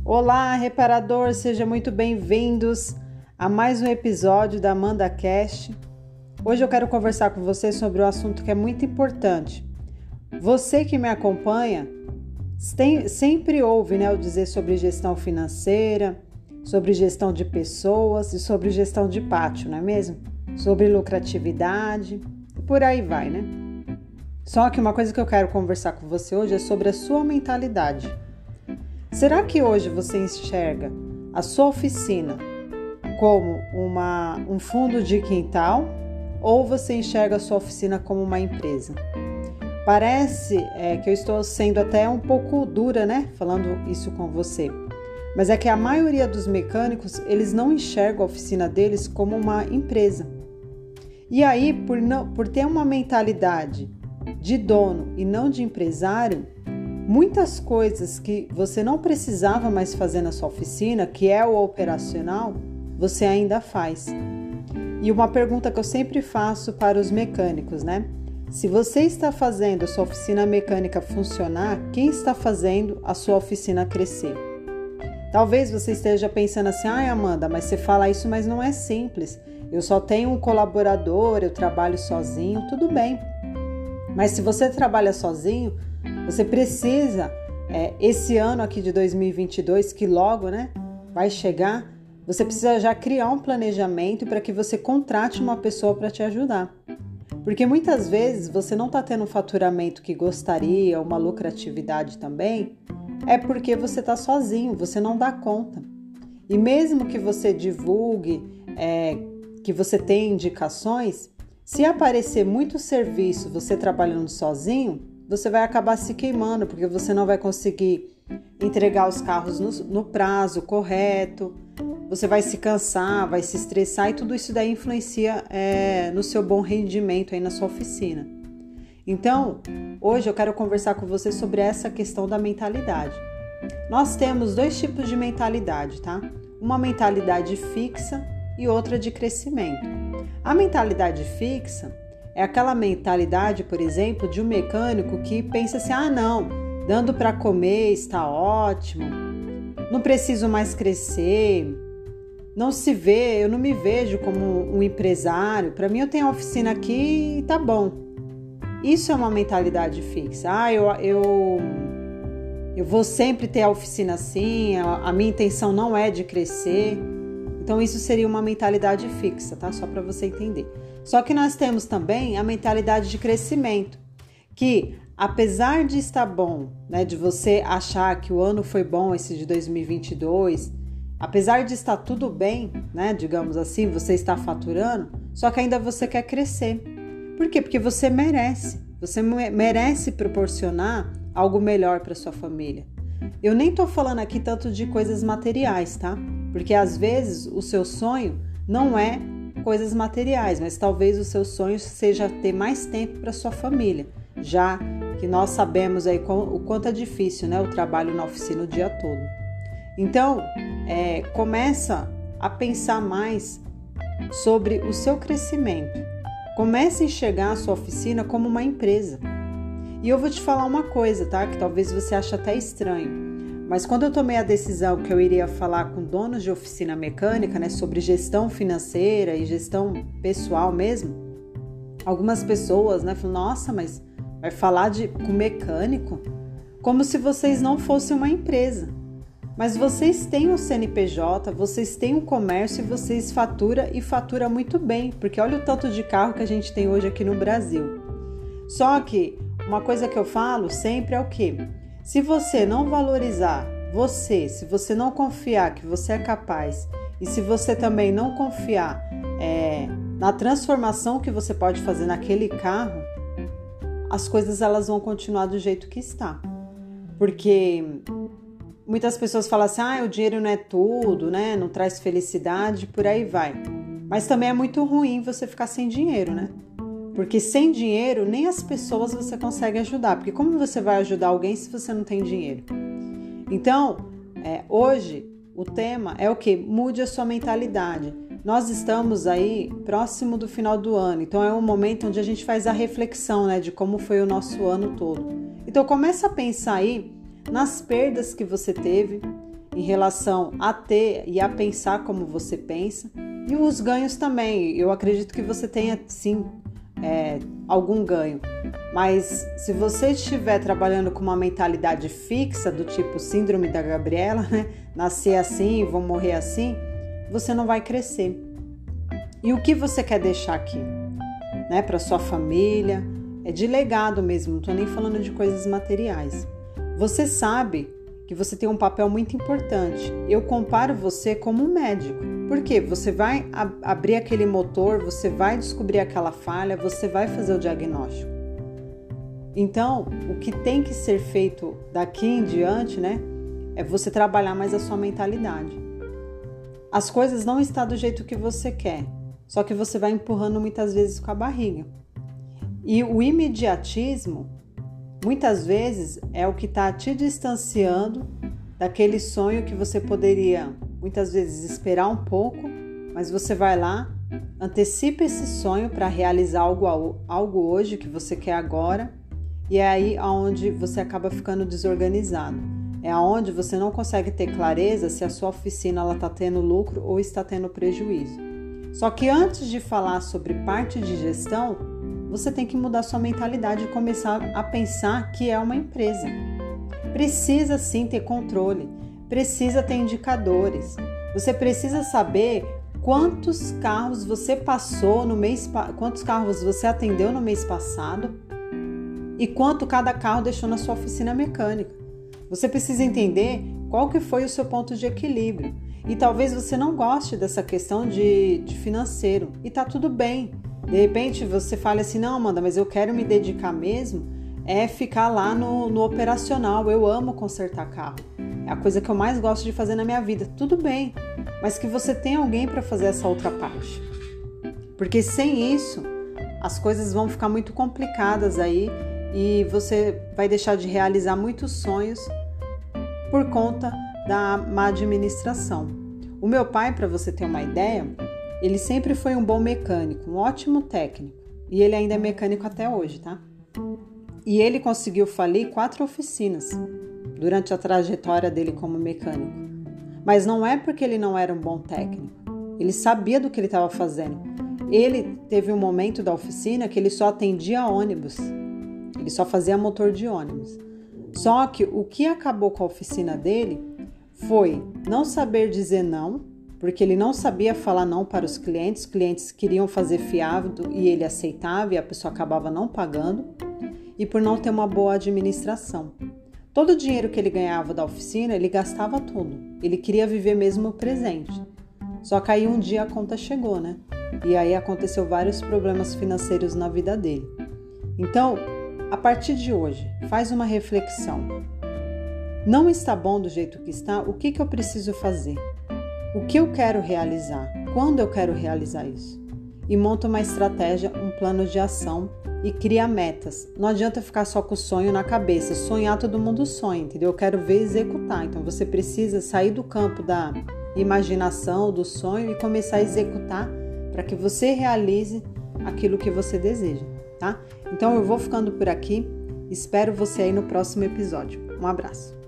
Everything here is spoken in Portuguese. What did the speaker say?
Olá, reparador, sejam muito bem-vindos a mais um episódio da Amanda Cast. Hoje eu quero conversar com você sobre um assunto que é muito importante. Você que me acompanha sempre ouve, eu dizer sobre gestão financeira, sobre gestão de pessoas e sobre gestão de pátio, não é mesmo? Sobre lucratividade e por aí vai, né? Só que uma coisa que eu quero conversar com você hoje é sobre a sua mentalidade. Será que hoje você enxerga a sua oficina como um fundo de quintal ou você enxerga a sua oficina como uma empresa? Parece que eu estou sendo até um pouco dura, falando isso com você. Mas é que a maioria dos mecânicos, eles não enxergam a oficina deles como uma empresa. E aí, por ter uma mentalidade de dono e não de empresário, muitas coisas que você não precisava mais fazer na sua oficina, que é o operacional, você ainda faz. E uma pergunta que eu sempre faço para os mecânicos, Se você está fazendo a sua oficina mecânica funcionar, quem está fazendo a sua oficina crescer? Talvez você esteja pensando assim, Amanda, mas você fala isso, mas não é simples. Eu só tenho um colaborador, eu trabalho sozinho, tudo bem. Mas se você trabalha sozinho, você precisa, esse ano aqui de 2022, que logo vai chegar, você precisa já criar um planejamento para que você contrate uma pessoa para te ajudar. Porque muitas vezes você não está tendo o faturamento que gostaria, uma lucratividade também, é porque você está sozinho, você não dá conta. E mesmo que você divulgue, que você tem indicações, se aparecer muito serviço você trabalhando sozinho, você vai acabar se queimando, porque você não vai conseguir entregar os carros no prazo correto, você vai se cansar, vai se estressar e tudo isso daí influencia no seu bom rendimento aí na sua oficina. Então, hoje eu quero conversar com você sobre essa questão da mentalidade. Nós temos dois tipos de mentalidade, tá? Uma mentalidade fixa e outra de crescimento. A mentalidade fixa é aquela mentalidade, por exemplo, de um mecânico que pensa assim, não, dando para comer está ótimo, não preciso mais crescer, eu não me vejo como um empresário, para mim eu tenho a oficina aqui e tá bom. Isso é uma mentalidade fixa. Eu vou sempre ter a oficina assim, a minha intenção não é de crescer. Então isso seria uma mentalidade fixa, tá? Só para você entender. Só que nós temos também a mentalidade de crescimento, que apesar de estar bom, de você achar que o ano foi bom, esse de 2022, apesar de estar tudo bem, digamos assim, você está faturando, só que ainda você quer crescer. Por quê? Porque você merece proporcionar algo melhor para sua família. Eu nem estou falando aqui tanto de coisas materiais, tá? Porque às vezes o seu sonho não é coisas materiais, mas talvez o seu sonho seja ter mais tempo para sua família, já que nós sabemos aí o quanto é difícil, o trabalho na oficina o dia todo. Então, começa a pensar mais sobre o seu crescimento. Comece a enxergar a sua oficina como uma empresa. E eu vou te falar uma coisa, tá? Que talvez você ache até estranho. Mas quando eu tomei a decisão que eu iria falar com donos de oficina mecânica, sobre gestão financeira e gestão pessoal mesmo, algumas pessoas, falaram, nossa, mas vai falar com mecânico? Como se vocês não fossem uma empresa. Mas vocês têm o CNPJ, vocês têm o comércio e vocês faturam muito bem, porque olha o tanto de carro que a gente tem hoje aqui no Brasil. Só que uma coisa que eu falo sempre é o quê? Se você não valorizar se você não confiar que você é capaz e se você também não confiar na transformação que você pode fazer naquele carro, as coisas elas vão continuar do jeito que está. Porque muitas pessoas falam assim, o dinheiro não é tudo, não traz felicidade, por aí vai. Mas também é muito ruim você ficar sem dinheiro, Porque sem dinheiro, nem as pessoas você consegue ajudar. Porque como você vai ajudar alguém se você não tem dinheiro? Então, hoje, o tema é o quê? Mude a sua mentalidade. Nós estamos aí próximo do final do ano. Então, é um momento onde a gente faz a reflexão, de como foi o nosso ano todo. Então, começa a pensar aí nas perdas que você teve em relação a ter e a pensar como você pensa. E os ganhos também, eu acredito que você tenha sim algum ganho, mas se você estiver trabalhando com uma mentalidade fixa do tipo síndrome da Gabriela, né? Nascer assim, vou morrer assim, você não vai crescer. E o que você quer deixar aqui, né? Para sua família, é de legado mesmo, não estou nem falando de coisas materiais. Você sabe que você tem um papel muito importante. Eu comparo você como um médico. Por quê? Você vai abrir aquele motor, você vai descobrir aquela falha, você vai fazer o diagnóstico. Então, o que tem que ser feito daqui em diante, né, é você trabalhar mais a sua mentalidade. As coisas não estão do jeito que você quer, só que você vai empurrando muitas vezes com a barriga. E o imediatismo, muitas vezes, é o que está te distanciando daquele sonho que você poderia, muitas vezes, esperar um pouco, mas você vai lá, antecipa esse sonho para realizar algo hoje que você quer agora, e é aí onde você acaba ficando desorganizado. É onde você não consegue ter clareza se a sua oficina está tendo lucro ou está tendo prejuízo. Só que antes de falar sobre parte de gestão, você tem que mudar sua mentalidade e começar a pensar que é uma empresa. Precisa sim ter controle, precisa ter indicadores. Você precisa saber quantos carros você passou no mês, quantos carros você atendeu no mês passado e quanto cada carro deixou na sua oficina mecânica. Você precisa entender qual que foi o seu ponto de equilíbrio. E talvez você não goste dessa questão de financeiro. E tá tudo bem. De repente você fala assim, não, Amanda, mas eu quero me dedicar mesmo, ficar lá no operacional. Eu amo consertar carro. É a coisa que eu mais gosto de fazer na minha vida. Tudo bem, mas que você tenha alguém para fazer essa outra parte. Porque sem isso, as coisas vão ficar muito complicadas aí e você vai deixar de realizar muitos sonhos por conta da má administração. O meu pai, para você ter uma ideia, ele sempre foi um bom mecânico, um ótimo técnico. E ele ainda é mecânico até hoje, tá? E ele conseguiu falir 4 oficinas durante a trajetória dele como mecânico. Mas não é porque ele não era um bom técnico. Ele sabia do que ele estava fazendo. Ele teve um momento da oficina que ele só atendia ônibus. Ele só fazia motor de ônibus. Só que o que acabou com a oficina dele foi não saber dizer não, porque ele não sabia falar não para os clientes queriam fazer fiado e ele aceitava e a pessoa acabava não pagando, e por não ter uma boa administração. Todo o dinheiro que ele ganhava da oficina, ele gastava tudo. Ele queria viver mesmo o presente. Só que aí um dia a conta chegou, né? E aí aconteceu vários problemas financeiros na vida dele. Então, a partir de hoje, faz uma reflexão. Não está bom do jeito que está? O que eu preciso fazer? O que eu quero realizar? Quando eu quero realizar isso? E monta uma estratégia, um plano de ação e cria metas. Não adianta ficar só com o sonho na cabeça. Sonhar todo mundo sonha, entendeu? Eu quero ver executar. Então você precisa sair do campo da imaginação, do sonho e começar a executar para que você realize aquilo que você deseja, tá? Então eu vou ficando por aqui. Espero você aí no próximo episódio. Um abraço.